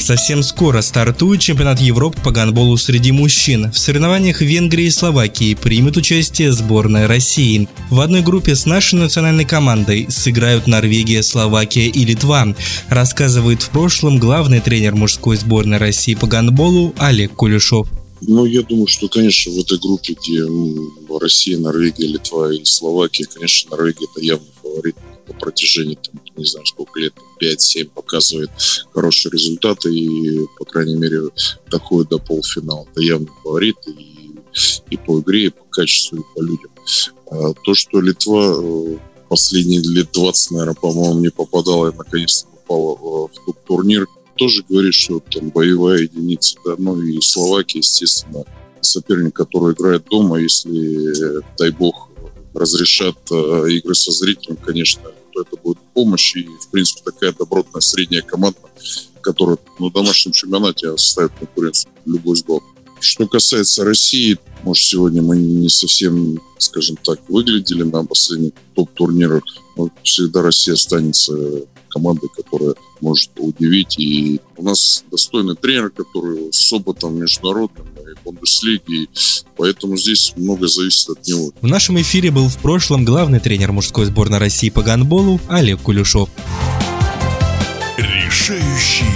Совсем скоро стартует чемпионат Европы по гандболу среди мужчин. В соревнованиях Венгрии и Словакии примет участие сборная России. В одной группе с нашей национальной командой сыграют Норвегия, Словакия и Литва, рассказывает в прошлом главный тренер мужской сборной России по гандболу Олег Кулешов. Я думаю, что, конечно, в этой группе, где Россия, Норвегия, Литва и Словакия, конечно, Норвегия – это явный фаворит по протяжении, не знаю, сколько лет, 5-7 показывает хорошие результаты и, по крайней мере, доходит до полуфинала. Это явный фаворит и по игре, и по качеству, и по людям. То, что Литва последние лет 20, наверное, по-моему, не попадала и наконец-то попала в топ-турнир, тоже говорит, что там боевая единица, да, и Словакия, естественно, соперник, который играет дома, если, дай бог, разрешат игры со зрителем, конечно, то это будет помощь, и, в принципе, такая добротная средняя команда, которая на домашнем чемпионате составит конкуренцию любой сбор. Что касается России, может, сегодня мы не совсем, скажем так, выглядели на последних топ-турнирах, но всегда Россия останется командой, которая может удивить. И у нас достойный тренер, который с опытом международным и Бундеслиги, поэтому здесь много зависит от него. В нашем эфире был в прошлом главный тренер мужской сборной России по гандболу Олег Кулешов. Решающий